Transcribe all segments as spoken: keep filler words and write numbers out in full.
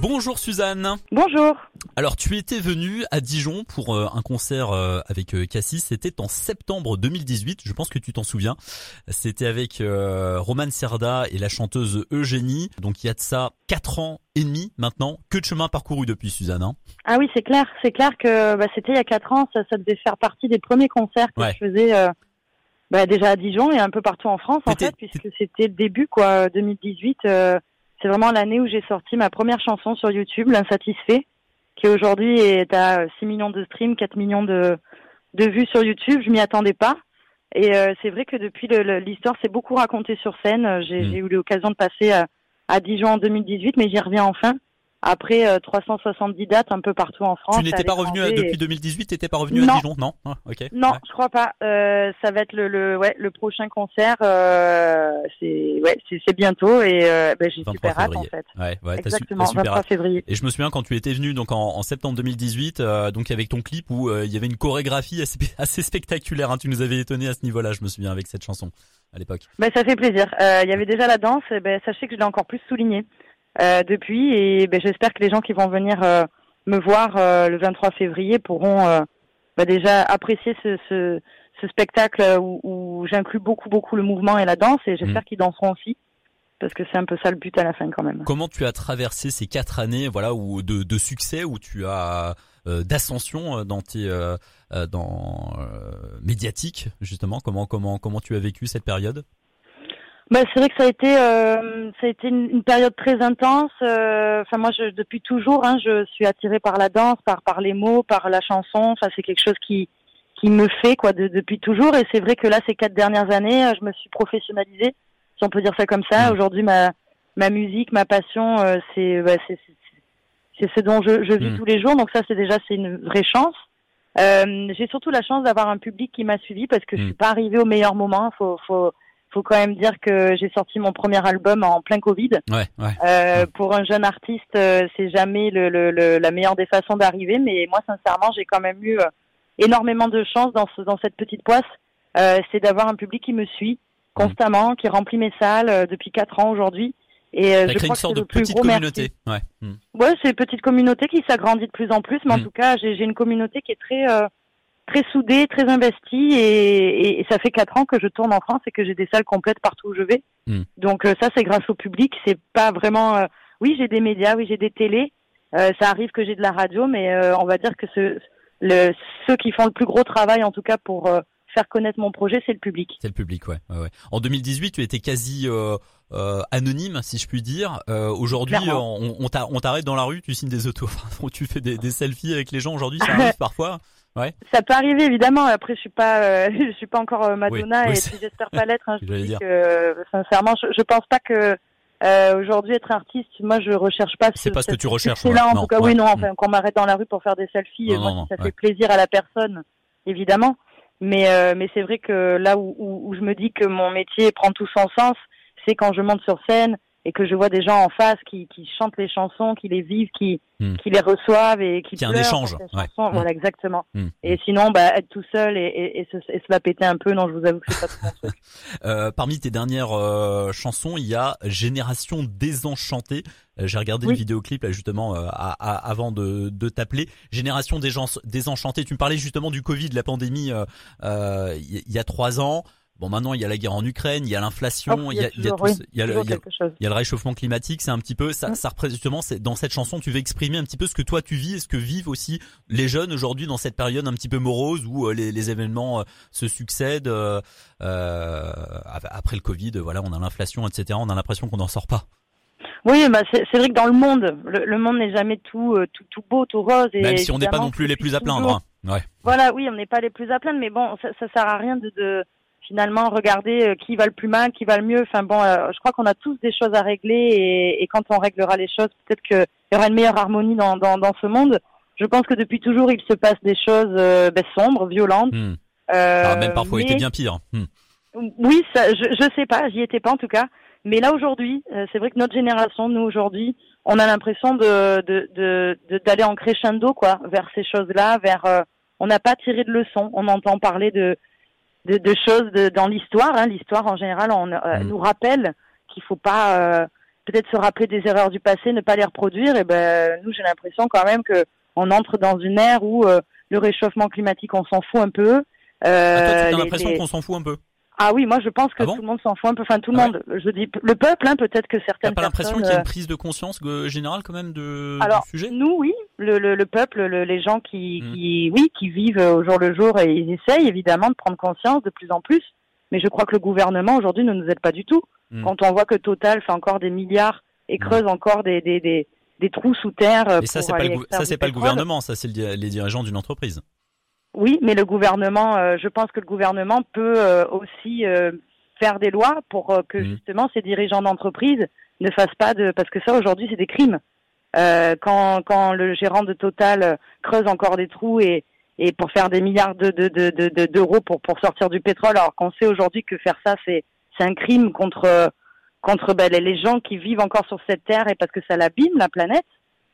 Bonjour Suzanne. Bonjour. Alors tu étais venue à Dijon pour euh, un concert euh, avec euh, Cassis, c'était en septembre deux mille dix-huit, je pense que tu t'en souviens. C'était avec euh, Roman Cerda et la chanteuse Eugénie, donc il y a de ça quatre ans et demi maintenant. Que de chemin parcouru depuis, Suzanne, hein. Ah oui, c'est clair, c'est clair que bah, c'était il y a quatre ans, ça, ça devait faire partie des premiers concerts que Ouais. je faisais euh, bah, déjà à Dijon et un peu partout en France en T'étais- fait, puisque c'était le début quoi, deux mille dix-huit. Euh, c'est vraiment l'année où j'ai sorti ma première chanson sur YouTube, L'Insatisfait, qui aujourd'hui est à six millions de streams, quatre millions de, de vues sur YouTube. Je m'y attendais pas. Et euh, c'est vrai que depuis le, le- l'histoire s'est beaucoup racontée sur scène. Euh, J'ai, Mm. j'ai eu l'occasion de passer à, à Dijon en deux mille dix-huit, mais j'y reviens enfin. Après euh, trois cent soixante-dix dates un peu partout en France. Tu n'étais à pas revenu à- l'étranger, depuis et- deux mille dix-huit, t'étais pas revenu Non. à Dijon, non? Ah, ok. Non, Ouais. je crois pas. Euh, ça va être le, le, ouais, le prochain concert. Euh, c'est, ouais, c'est, c'est bientôt et euh, ben, j'ai vingt-trois super hâte en février. fait. Ouais, ouais, t'as su- Exactement, t'as super vingt-trois hâte. février. Et je me souviens quand tu étais venu donc en, en septembre deux mille dix-huit, euh, donc avec ton clip où euh, il y avait une chorégraphie assez, assez spectaculaire. Hein, tu nous avais étonné à ce niveau-là, je me souviens avec cette chanson à l'époque. Ben, ça fait plaisir. Euh, Il y avait déjà la danse. Et ben, sachez que je l'ai encore plus souligné euh, depuis et ben, j'espère que les gens qui vont venir euh, me voir euh, le vingt-trois février pourront euh, ben, déjà apprécier ce, ce, ce spectacle où, où j'inclus beaucoup beaucoup le mouvement et la danse et j'espère Mmh. qu'ils danseront aussi parce que c'est un peu ça le but à la fin quand même. Comment tu as traversé ces quatre années, voilà, où de, de succès, où tu as euh, d'ascension euh, dans tes euh, euh, dans euh, médiatique justement. Comment comment comment tu as vécu cette période? Bah, c'est vrai que ça a été, euh, ça a été une, une période très intense. euh, Enfin, moi, je, depuis toujours, hein, je suis attirée par la danse, par par les mots, par la chanson. Enfin, c'est quelque chose qui qui me fait quoi de, depuis toujours. Et c'est vrai que là, ces quatre dernières années, euh, je me suis professionnalisée, si on peut dire ça comme ça. Mmh. Aujourd'hui, ma ma musique, ma passion, euh, c'est, bah, c'est c'est c'est ce dont je, je vis Mmh. tous les jours. Donc ça, c'est déjà c'est une vraie chance. Euh, j'ai surtout la chance d'avoir un public qui m'a suivi parce que je Mmh. suis pas arrivée au meilleur moment. Faut faut faut quand même dire que j'ai sorti mon premier album en plein Covid. Ouais, ouais. Euh, Mmh. pour un jeune artiste, euh, c'est jamais le, le, le, la meilleure des façons d'arriver. Mais moi, sincèrement, j'ai quand même eu euh, énormément de chance dans, ce, dans cette petite poisse. Euh, c'est d'avoir un public qui me suit constamment, qui remplit mes salles euh, depuis quatre ans aujourd'hui. Et euh, T'as je créé crois une que sorte c'est de le plus petite gros communauté. merci. Ouais. Mmh. Ouais, c'est une petite communauté qui s'agrandit de plus en plus. Mais en Mm. tout cas, j'ai, j'ai une communauté qui est très euh, très soudée, très investie. Et, et, et ça fait quatre ans que je tourne en France et que j'ai des salles complètes partout où je vais. Mm. Donc euh, ça, c'est grâce au public. C'est pas vraiment... euh, oui, j'ai des médias, oui, j'ai des télés. Euh, ça arrive que j'ai de la radio, mais euh, on va dire que ce, le, ceux qui font le plus gros travail, en tout cas, pour euh, faire connaître mon projet, c'est le public. C'est le public, ouais, ouais, ouais. En deux mille dix-huit, tu étais quasi euh, euh, anonyme, si je puis dire. Euh, aujourd'hui, Clairement. on, on, t'a- on t'arrête dans la rue, tu signes des autos, tu fais des, des selfies avec les gens. Aujourd'hui, ça arrive parfois. Ouais. Ça peut arriver évidemment. Après, je suis pas, euh, je suis pas encore euh, Madonna Oui, oui, et c'est- puis j'espère pas l'être. Hein. Je J'allais dis dire. que euh, sincèrement, je, je pense pas que euh, aujourd'hui être artiste, moi, je recherche pas. C'est ce, pas ce que cette- tu recherches, C'est là, ouais. en Non, tout cas, ouais. oui, non. Mm. Enfin, qu'on m'arrête dans la rue pour faire des selfies, Non, euh, moi, non, si ça non, fait ouais. plaisir à la personne, évidemment. Mais euh, mais c'est vrai que là où, où où je me dis que mon métier prend tout son sens, c'est quand je monte sur scène et que je vois des gens en face qui qui chantent les chansons, qui les vivent, qui Mm. qui les reçoivent et qui Qu'il y a un pleurent échange, pour ces ouais. chansons. Mm. Voilà, exactement. Mm. Et sinon, bah, être tout seul et, et, et, se, et se la péter un peu, non, je vous avoue que c'est pas tout mon truc. Euh, parmi tes dernières euh, chansons, il y a Génération désenchantée. Euh, J'ai regardé Oui. le vidéoclip là justement euh, à, à- avant de, de t'appeler. Génération Dégen- désenchantée. Tu me parlais justement du Covid, de la pandémie euh, euh, il y, y a trois ans. Bon, maintenant il y a la guerre en Ukraine, il y a l'inflation, Oh, il y a, il y a toujours, tout oui, ce- il y a le, toujours il y a- quelque chose. il y a le réchauffement climatique. C'est un petit peu ça. Mm. Ça représente justement. C'est dans cette chanson, tu veux exprimer un petit peu ce que toi tu vis et ce que vivent aussi les jeunes aujourd'hui dans cette période un petit peu morose où euh, les, les événements euh, se succèdent. Euh, euh, après le Covid, voilà, on a l'inflation, et cetera. On a l'impression qu'on n'en sort pas. Oui, bah c'est, c'est vrai que dans le monde, le, le monde n'est jamais tout, euh, tout, tout beau, tout rose. Et Même si on n'est pas évidemment, non plus les depuis plus à plaindre. toujours- Hein. Ouais. Voilà, oui, on n'est pas les plus à plaindre, mais bon, ça, ça sert à rien de, de finalement regarder euh, qui va le plus mal, qui va le mieux. Enfin bon, euh, je crois qu'on a tous des choses à régler et, et quand on réglera les choses, peut-être qu'il y aura une meilleure harmonie dans, dans, dans ce monde. Je pense que depuis toujours, il se passe des choses euh, ben, sombres, violentes. Hmm. Euh, Ah, même parfois mais- été bien pire. Hmm. Oui, ça, je, je sais pas, j'y étais pas en tout cas. Mais là aujourd'hui, euh, c'est vrai que notre génération, nous aujourd'hui, on a l'impression de, de, de, de- d'aller en crescendo quoi, vers ces choses-là, vers. Euh, on n'a pas tiré de leçons. On entend parler de de, de choses de, dans l'histoire. Hein. L'histoire en général, on euh, Mm. nous rappelle qu'il faut pas. Euh, peut-être se rappeler des erreurs du passé, ne pas les reproduire. Et ben nous, j'ai l'impression quand même que on entre dans une ère où euh, le réchauffement climatique, on s'en fout un peu. Euh, ah, toi, tu as l'impression les... qu'on s'en fout un peu? Ah oui, moi je pense que ah bon tout le monde s'en fout un peu. Enfin, tout le ah monde. Ouais. Je dis le peuple, hein, peut-être que certaines personnes. T'as pas l'impression qu'il y a euh... une prise de conscience générale quand même de Alors, du sujet? nous, oui, le, le, le peuple, le, les gens qui, mmh. qui, oui, qui vivent au jour le jour et ils essayent évidemment de prendre conscience de plus en plus. Mais je crois que le gouvernement aujourd'hui ne nous aide pas du tout. Mmh. Quand on voit que Total fait encore des milliards et creuse mmh. encore des, des, des, des trous sous terre. Et ça, c'est pas le, ça, c'est pas le gouvernement, ça, c'est le, les dirigeants d'une entreprise. Oui, mais le gouvernement, euh, je pense que le gouvernement peut euh, aussi euh, faire des lois pour euh, que mmh. justement ces dirigeants d'entreprise ne fassent pas de, parce que ça aujourd'hui c'est des crimes. Euh, quand quand le gérant de Total creuse encore des trous et et pour faire des milliards de de de, de d'euros pour pour sortir du pétrole, alors qu'on sait aujourd'hui que faire ça c'est c'est un crime contre contre ben, les gens qui vivent encore sur cette terre et parce que ça l'abîme la planète.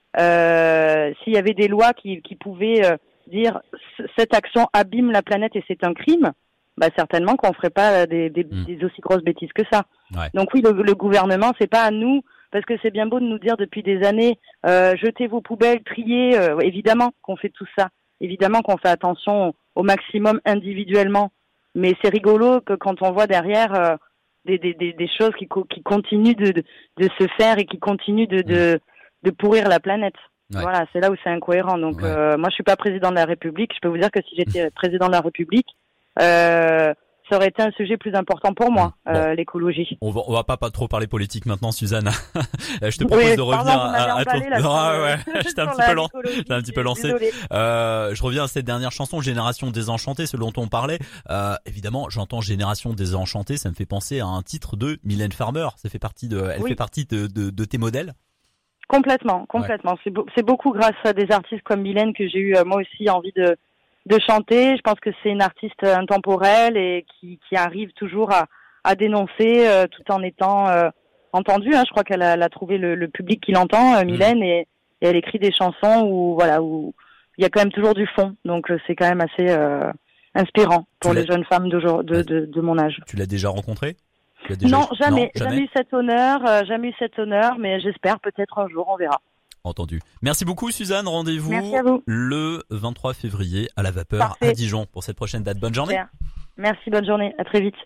Euh, s'il y avait des lois qui qui pouvaient euh, dire cette action abîme la planète et c'est un crime, bah certainement qu'on ferait pas des, des, mmh. des aussi grosses bêtises que ça. Ouais. Donc oui, le, le gouvernement, c'est pas à nous, parce que c'est bien beau de nous dire depuis des années, euh, jetez vos poubelles, triez. Euh, évidemment qu'on fait tout ça, évidemment qu'on fait attention au maximum individuellement, mais c'est rigolo que quand on voit derrière euh, des, des, des, des choses qui, co- qui continuent de, de, de se faire et qui continuent de, de, mmh. de pourrir la planète. Ouais. Voilà, c'est là où c'est incohérent. Donc, ouais. euh, moi, je suis pas président de la République. Je peux vous dire que si j'étais président de la République, euh, ça aurait été un sujet plus important pour moi, bon. euh, l'écologie. On va, on va pas, pas trop parler politique maintenant, Suzanne. Je te propose oui, de revenir pardon, à, à ton... Ah ouais, j'étais un petit peu, lan... un petit peu lancé. Euh, je reviens à cette dernière chanson, Génération désenchantée, ce dont on parlait. Euh, évidemment, j'entends Génération désenchantée, ça me fait penser à un titre de Mylène Farmer. Ça fait partie de, elle oui. fait partie de, de, de tes modèles. Complètement, complètement. Ouais. C'est, beau, c'est beaucoup grâce à des artistes comme Mylène que j'ai eu euh, moi aussi envie de de chanter. Je pense que c'est une artiste intemporelle et qui qui arrive toujours à à dénoncer euh, tout en étant euh, entendue. Hein. Je crois qu'elle a, elle a trouvé le, le public qui l'entend, euh, Mylène, mmh. et, et elle écrit des chansons où voilà où il y a quand même toujours du fond. Donc euh, c'est quand même assez euh, inspirant pour les jeunes femmes de, de, de de mon âge. Tu l'as déjà rencontrée? Déjà... Non, jamais, non, jamais, jamais eu cet honneur, euh, jamais eu cet honneur, mais j'espère peut-être un jour, on verra. Entendu. Merci beaucoup Suzanne, rendez-vous vous. le vingt-trois février à la Vapeur. Parfait. À Dijon pour cette prochaine date. Bonne journée. Super. Merci, bonne journée, à très vite.